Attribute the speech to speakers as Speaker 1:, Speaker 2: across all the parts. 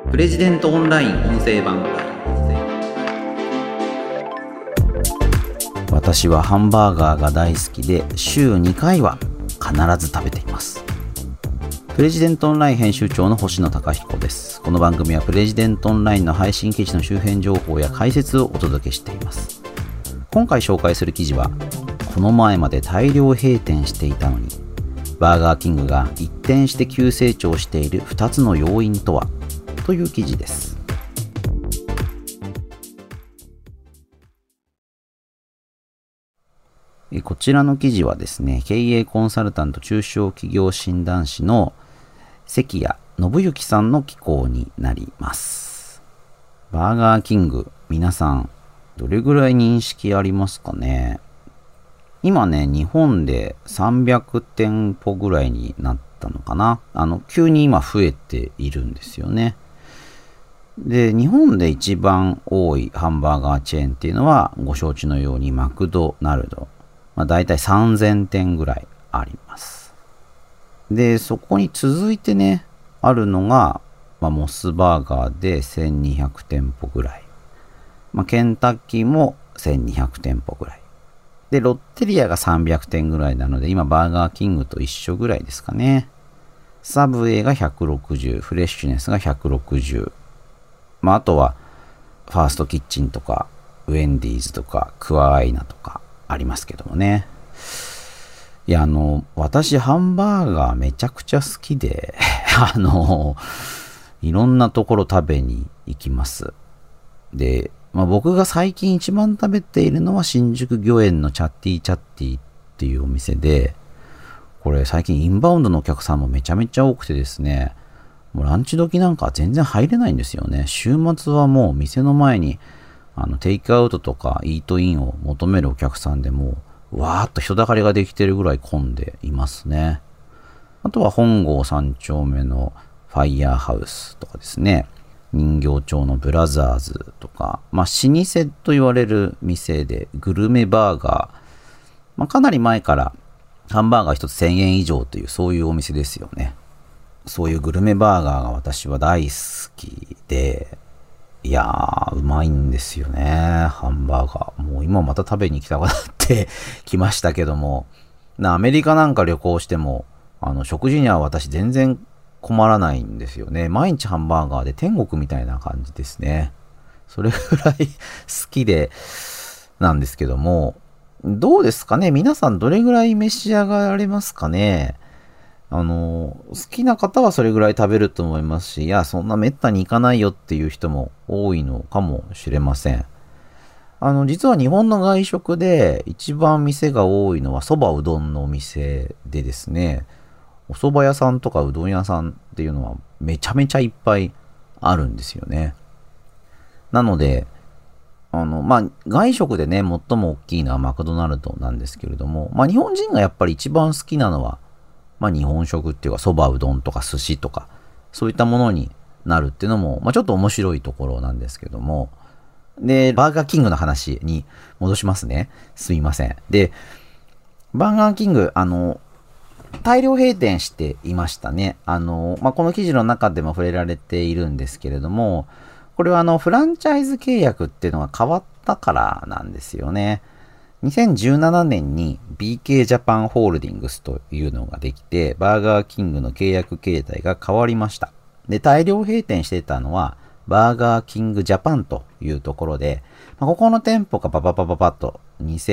Speaker 1: プレジデントオンライン音声版。私はハンバーガーが大好きで週2回は必ず食べています。プレジデントオンライン編集長の星野貴彦です。この番組はプレジデントオンラインの配信記事の周辺情報や解説をお届けしています。今回紹介する記事は、この前まで大量閉店していたのにバーガーキングが一転して急成長している2つの要因とは、という記事です。こちらの記事はですね、経営コンサルタント中小企業診断士の関谷信之さんの寄稿になります。バーガーキング、皆さんどれぐらい認識ありますかね。今ね、日本で300店舗ぐらいになったのかな。急に今増えているんですよね。で、日本で一番多いハンバーガーチェーンっていうのは、ご承知のようにマクドナルド。だいたい3000店ぐらいあります。で、そこに続いてね、あるのが、モスバーガーで1200店舗ぐらい。ケンタッキーも1200店舗ぐらい。で、ロッテリアが300店ぐらいなので、今バーガーキングと一緒ぐらいですかね。サブウェイが160、フレッシュネスが160。あとは、ファーストキッチンとか、ウェンディーズとか、クワアイナとかありますけどもね。いや、私、ハンバーガーめちゃくちゃ好きで、いろんなところ食べに行きます。で、僕が最近一番食べているのは新宿御苑のチャッティチャッティっていうお店で、これ最近インバウンドのお客さんもめちゃめちゃ多くてですね、もうランチ時なんか全然入れないんですよね。週末はもう店の前にテイクアウトとかイートインを求めるお客さんでもうわーっと人だかりができてるぐらい混んでいますね。あとは本郷3丁目のファイヤーハウスとかですね、人形町のブラザーズとか、老舗と言われる店でグルメバーガー、かなり前からハンバーガー一つ1000円以上というそういうお店ですよね。そういうグルメバーガーが私は大好きで、いやーうまいんですよね、ハンバーガー。もう今また食べに行きたくなってきましたけども、アメリカなんか旅行しても食事には私全然困らないんですよね。毎日ハンバーガーで天国みたいな感じですね。それぐらい好きでなんですけども、どうですかね、皆さんどれぐらい召し上がられますかね。好きな方はそれぐらい食べると思いますし、いやそんなめったに行かないよっていう人も多いのかもしれません。実は日本の外食で一番店が多いのはそばうどんのお店でですね、お蕎麦屋さんとかうどん屋さんっていうのはめちゃめちゃいっぱいあるんですよね。なので、外食でね、最も大きいのはマクドナルドなんですけれども、日本人がやっぱり一番好きなのは、日本食っていうか、蕎麦うどんとか寿司とか、そういったものになるっていうのも、ちょっと面白いところなんですけども、で、バーガーキングの話に戻しますね。すいません。で、バーガーキング、大量閉店していましたね。この記事の中でも触れられているんですけれども、これはフランチャイズ契約っていうのが変わったからなんですよね。2017年に BK ジャパンホールディングスというのができて、バーガーキングの契約形態が変わりました。で、大量閉店してたのは、バーガーキングジャパンというところで、ここの店舗がパパパパパッと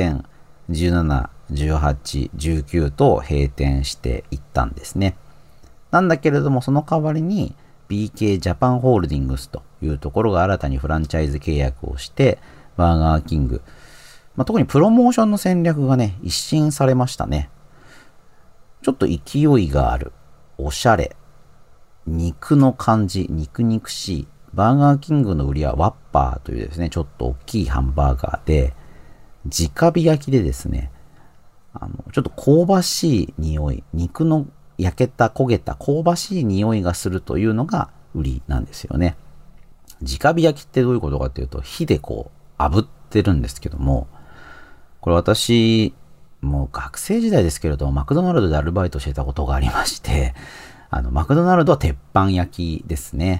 Speaker 1: 2017、18、19と閉店していったんですね。なんだけれども、その代わりに BK ジャパンホールディングスというところが新たにフランチャイズ契約をして、バーガーキング、特にプロモーションの戦略がね、一新されましたね。ちょっと勢いがある、おしゃれ、肉の感じ、肉々しい。バーガーキングの売りはワッパーというですね、ちょっと大きいハンバーガーで、直火焼きでですね、ちょっと香ばしい匂い、肉の焼けた焦げた香ばしい匂いがするというのが売りなんですよね。直火焼きってどういうことかというと、火で炙ってるんですけども、これ私、もう学生時代ですけれど、マクドナルドでアルバイトしてたことがありまして、マクドナルドは鉄板焼きですね。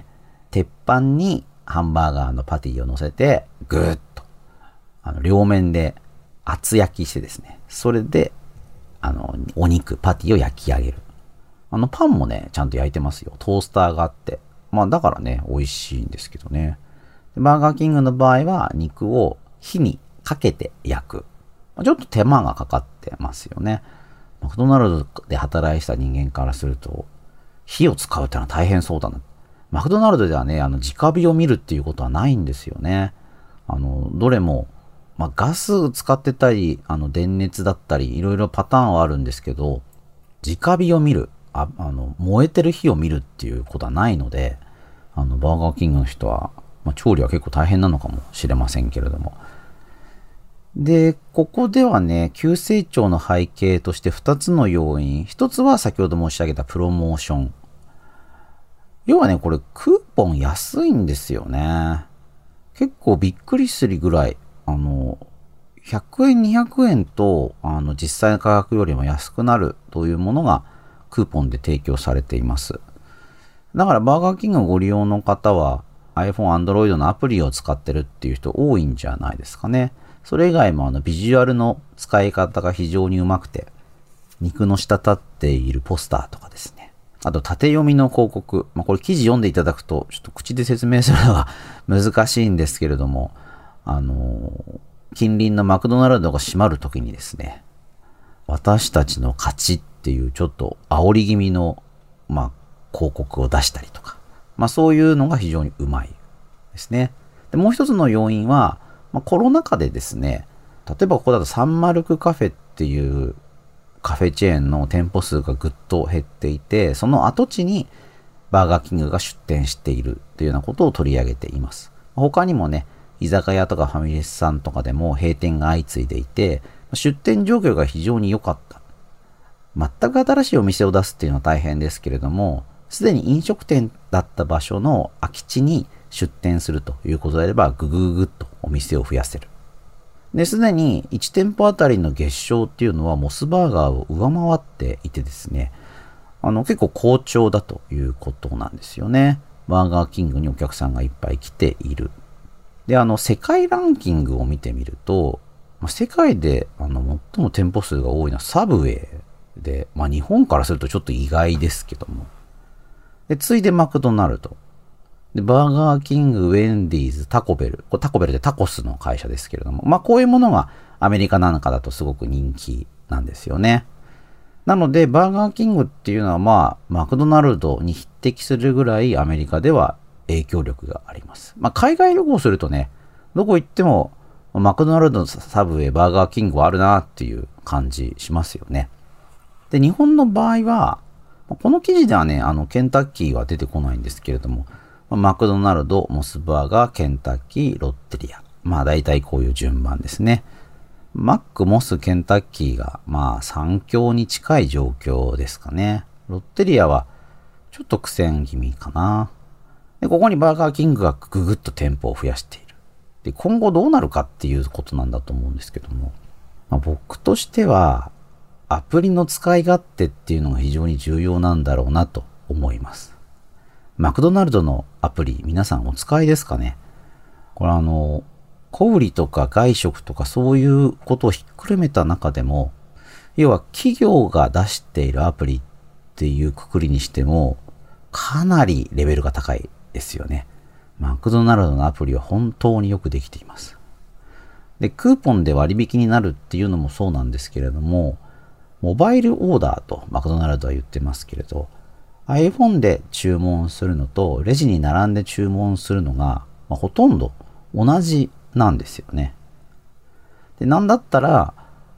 Speaker 1: 鉄板にハンバーガーのパティを乗せて、ぐーっと、両面で厚焼きしてですね、それで、お肉、パティを焼き上げる。パンもね、ちゃんと焼いてますよ。トースターがあって。まあ、だからね、美味しいんですけどね。バーガーキングの場合は、肉を火にかけて焼く。ちょっと手間がかかってますよね。マクドナルドで働いてた人間からすると、火を使うってのは大変そうだな。マクドナルドではね、直火を見るっていうことはないんですよね。どれも、ガス使ってたり、電熱だったり、いろいろパターンはあるんですけど、直火を見る、燃えてる火を見るっていうことはないので、バーガーキングの人は、調理は結構大変なのかもしれませんけれども。で、ここではね、急成長の背景として2つの要因。1つは先ほど申し上げたプロモーション。要はね、これクーポン安いんですよね。結構びっくりするぐらい、100円、200円と、実際の価格よりも安くなるというものがクーポンで提供されています。だからバーガーキングをご利用の方は iPhone、Android のアプリを使ってるっていう人多いんじゃないですかね。それ以外もビジュアルの使い方が非常にうまくて、肉の滴っているポスターとかですね。あと縦読みの広告。これ記事読んでいただくと、ちょっと口で説明するのが難しいんですけれども、近隣のマクドナルドが閉まるときにですね、私たちの勝ちっていうちょっと煽り気味の、広告を出したりとか、そういうのが非常にうまいですね。で、もう一つの要因は、コロナ禍でですね、例えばここだとサンマルクカフェっていうカフェチェーンの店舗数がぐっと減っていて、その跡地にバーガーキングが出店しているというようなことを取り上げています。他にもね、居酒屋とかファミレスさんとかでも閉店が相次いでいて、出店状況が非常に良かった。全く新しいお店を出すっていうのは大変ですけれども、すでに飲食店だった場所の空き地に出店するということであれば、ぐぐぐっとお店を増やせる。で、すでに1店舗あたりの月商っていうのはモスバーガーを上回っていてですね、結構好調だということなんですよね。バーガーキングにお客さんがいっぱい来ている。で、世界ランキングを見てみると、世界で最も店舗数が多いのはサブウェイで、日本からするとちょっと意外ですけども。で、次いでマクドナルド。で、バーガーキング、ウェンディーズ、タコベル。これタコベルってタコスの会社ですけれども、こういうものがアメリカなんかだとすごく人気なんですよね。なので、バーガーキングっていうのはマクドナルドに匹敵するぐらいアメリカでは影響力があります。海外旅行するとね、どこ行ってもマクドナルドのサブウェイ、バーガーキングはあるなっていう感じしますよね。で、日本の場合は、この記事ではね、ケンタッキーは出てこないんですけれども、マクドナルド、モスバーガー、ケンタッキー、ロッテリア。大体こういう順番ですね。マック、モス、ケンタッキーが、3強に近い状況ですかね。ロッテリアは、ちょっと苦戦気味かな。で、ここにバーガーキングがぐぐっと店舗を増やしている。で、今後どうなるかっていうことなんだと思うんですけども、僕としては、アプリの使い勝手っていうのが非常に重要なんだろうなと思います。マクドナルドのアプリ、皆さんお使いですかね？これ小売りとか外食とかそういうことをひっくるめた中でも、要は企業が出しているアプリっていうくくりにしても、かなりレベルが高いですよね。マクドナルドのアプリは本当によくできています。で、クーポンで割引になるっていうのもそうなんですけれども、モバイルオーダーとマクドナルドは言ってますけれど、iPhone で注文するのとレジに並んで注文するのが、ほとんど同じなんですよね。で、なんだったら、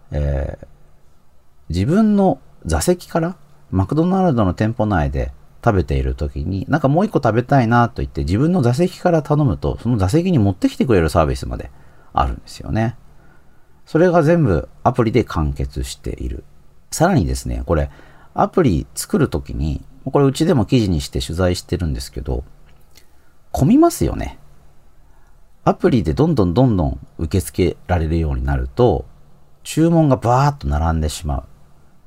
Speaker 1: 自分の座席からマクドナルドの店舗内で食べている時に、なんかもう一個食べたいなと言って自分の座席から頼むと、その座席に持ってきてくれるサービスまであるんですよね。それが全部アプリで完結している。さらにですね、これアプリ作るときに、これうちでも記事にして取材してるんですけど、混みますよね。アプリでどんどん受け付けられるようになると、注文がバーッと並んでしまう。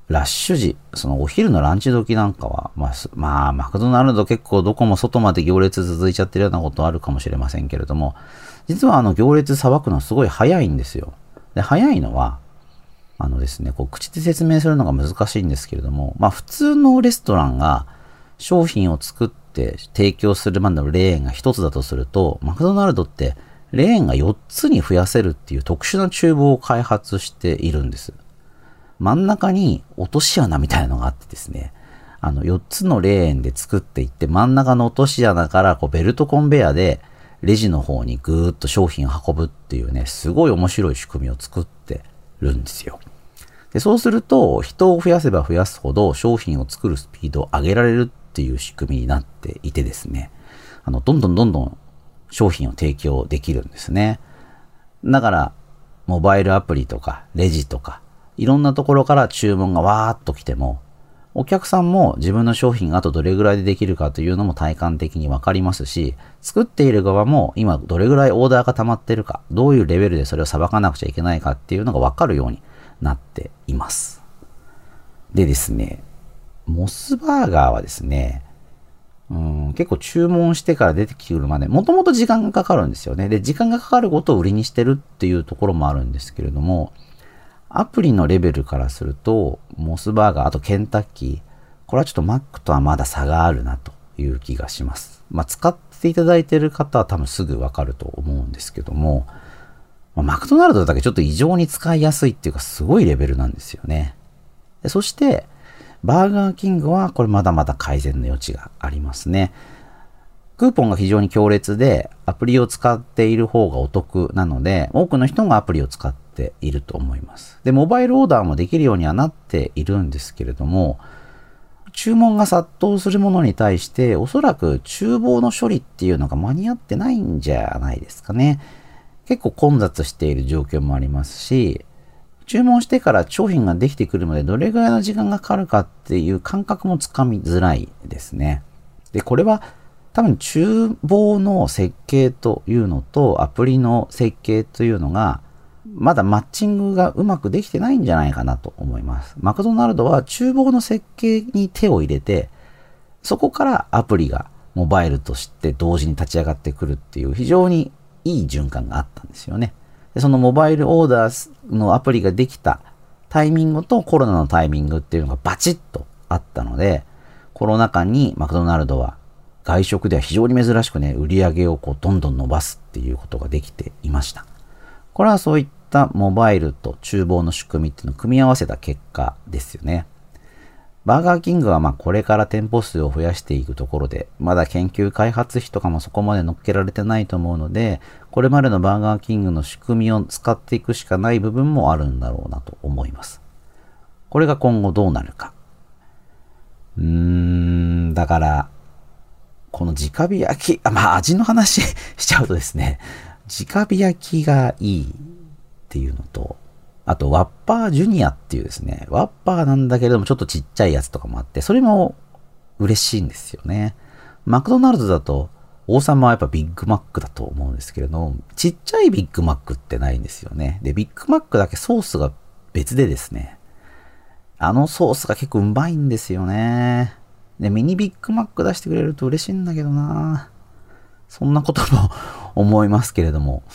Speaker 1: ラッシュ時、そのお昼のランチ時なんかは、マクドナルド結構どこも外まで行列続いちゃってるようなことあるかもしれませんけれども、実は行列さばくのすごい早いんですよ。で、早いのは、ですね、口で説明するのが難しいんですけれども、普通のレストランが商品を作って提供するまでのレーンが一つだとすると、マクドナルドってレーンが4つに増やせるっていう特殊な厨房を開発しているんです。真ん中に落とし穴みたいなのがあってですね、4つのレーンで作っていって、真ん中の落とし穴からベルトコンベヤでレジの方にぐーっと商品を運ぶっていうね、すごい面白い仕組みを作ってるんですよ。で、そうすると、人を増やせば増やすほど商品を作るスピードを上げられるっていう仕組みになっていてですね、どんどん商品を提供できるんですね。だから、モバイルアプリとかレジとか、いろんなところから注文がわーっと来ても、お客さんも自分の商品があとどれぐらいでできるかというのも体感的にわかりますし、作っている側も今どれぐらいオーダーが溜まってるか、どういうレベルでそれをさばかなくちゃいけないかっていうのがわかるようになっています。でですね、モスバーガーはですね、結構注文してから出てくるまで、もともと時間がかかるんですよね。で、時間がかかることを売りにしてるっていうところもあるんですけれども、アプリのレベルからすると、モスバーガー、あとケンタッキー、これはちょっとマックとはまだ差があるなという気がします。使っていただいている方は多分すぐわかると思うんですけども、マクドナルドだけちょっと異常に使いやすいっていうかすごいレベルなんですよね。で、そして、バーガーキングはこれまだまだ改善の余地がありますね。クーポンが非常に強烈で、アプリを使っている方がお得なので、多くの人がアプリを使っていると思います。で、モバイルオーダーもできるようにはなっているんですけれども、注文が殺到するものに対して、おそらく厨房の処理っていうのが間に合ってないんじゃないですかね。結構混雑している状況もありますし、注文してから商品ができてくるまでどれぐらいの時間がかかるかっていう感覚もつかみづらいですね。で、これは多分厨房の設計というのとアプリの設計というのがまだマッチングがうまくできてないんじゃないかなと思います。マクドナルドは厨房の設計に手を入れて、そこからアプリがモバイルとして同時に立ち上がってくるっていう非常にいい循環があったんですよね。で、そのモバイルオーダーのアプリができたタイミングとコロナのタイミングっていうのがバチッとあったので、コロナ禍にマクドナルドは外食では非常に珍しくね、売り上げをどんどん伸ばすっていうことができていました。これはそういったモバイルと厨房の仕組みっていうのを組み合わせた結果ですよね。バーガーキングはこれから店舗数を増やしていくところで、まだ研究開発費とかもそこまで乗っけられてないと思うので、これまでのバーガーキングの仕組みを使っていくしかない部分もあるんだろうなと思います。これが今後どうなるか。だから、この直火焼き、味の話しちゃうとですね、直火焼きがいいっていうのと、あと、ワッパージュニアっていうですね、ワッパーなんだけれどもちょっとちっちゃいやつとかもあって、それも嬉しいんですよね。マクドナルドだと、王様はやっぱビッグマックだと思うんですけれども、ちっちゃいビッグマックってないんですよね。で、ビッグマックだけソースが別でですね、あのソースが結構うまいんですよね。で、ミニビッグマック出してくれると嬉しいんだけどな。そんなことも思いますけれども。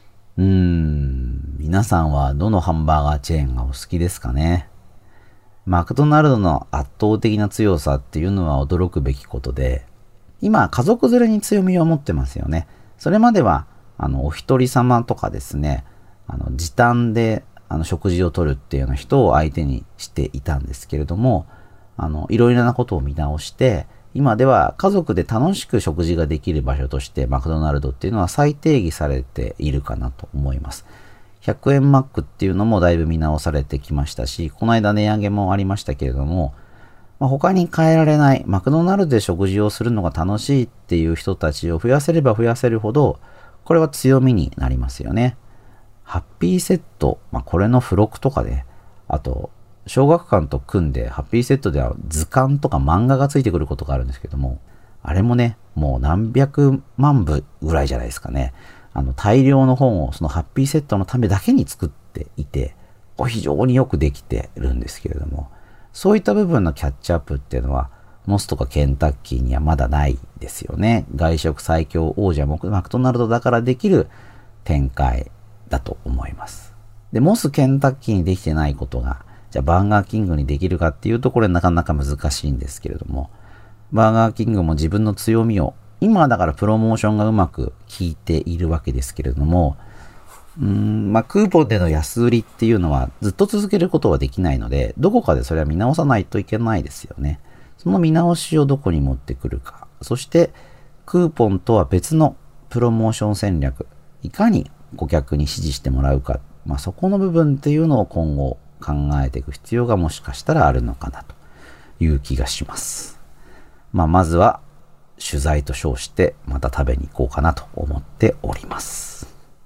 Speaker 1: 皆さんはどのハンバーガーチェーンがお好きですかね。マクドナルドの圧倒的な強さっていうのは驚くべきことで、今家族連れに強みを持ってますよね。それまではお一人様とかですね、時短で食事をとるっていうような人を相手にしていたんですけれども、いろいろなことを見直して、今では家族で楽しく食事ができる場所としてマクドナルドっていうのは再定義されているかなと思います。100円マックっていうのもだいぶ見直されてきましたし、この間値上げもありましたけれども、他に変えられないマクドナルドで食事をするのが楽しいっていう人たちを増やせれば増やせるほど、これは強みになりますよね。ハッピーセット、これの付録とかで、あと、小学館と組んで、ハッピーセットでは図鑑とか漫画がついてくることがあるんですけども、あれもね、もう何百万部ぐらいじゃないですかね。大量の本をそのハッピーセットのためだけに作っていて、非常によくできてるんですけれども、 そういった部分のキャッチアップっていうのは、モスとかケンタッキーにはまだないですよね。外食最強王者マクドナルドだからできる展開だと思います。で、モスケンタッキーにできてないことが、じゃあバーガーキングにできるかっていうと、これなかなか難しいんですけれども、バーガーキングも自分の強みを、今はだからプロモーションがうまく効いているわけですけれども、クーポンでの安売りっていうのはずっと続けることはできないので、どこかでそれは見直さないといけないですよね。その見直しをどこに持ってくるか。そして、クーポンとは別のプロモーション戦略。いかに顧客に支持してもらうか。そこの部分っていうのを今後考えていく必要がもしかしたらあるのかなという気がします。まずは取材と称してまた食べに行こうかなと思っております。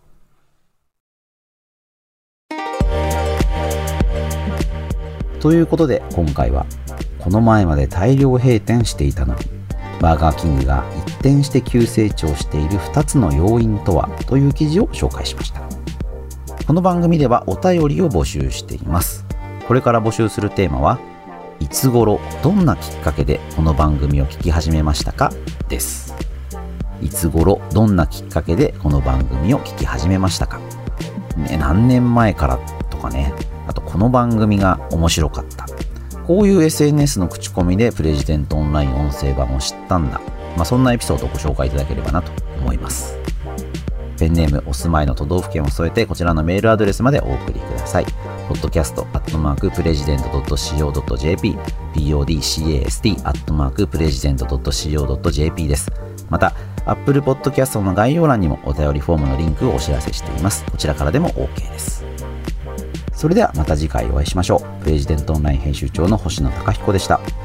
Speaker 1: ということで今回はこの前まで大量閉店していたのにバーガーキングが一転して急成長している2つの要因とはという記事を紹介しました。この番組ではお便りを募集しています。これから募集するテーマはいつ頃どんなきっかけでこの番組を聞き始めましたかです。いつ頃どんなきっかけでこの番組を聞き始めましたか、何年前からとかね、あとこの番組が面白かった、こういう SNS の口コミでプレジデントオンライン音声版を知ったんだ、そんなエピソードをご紹介いただければなと思います。ペンネーム、お住まいの都道府県を添えてこちらのメールアドレスまでお送りください。podcast@president.co.jp podcast@president.co.jp です。また Apple Podcast の概要欄にもお便りフォームのリンクをお知らせしています。こちらからでも OK です。それではまた次回お会いしましょう。プレジデントオンライン編集長の星野貴彦でした。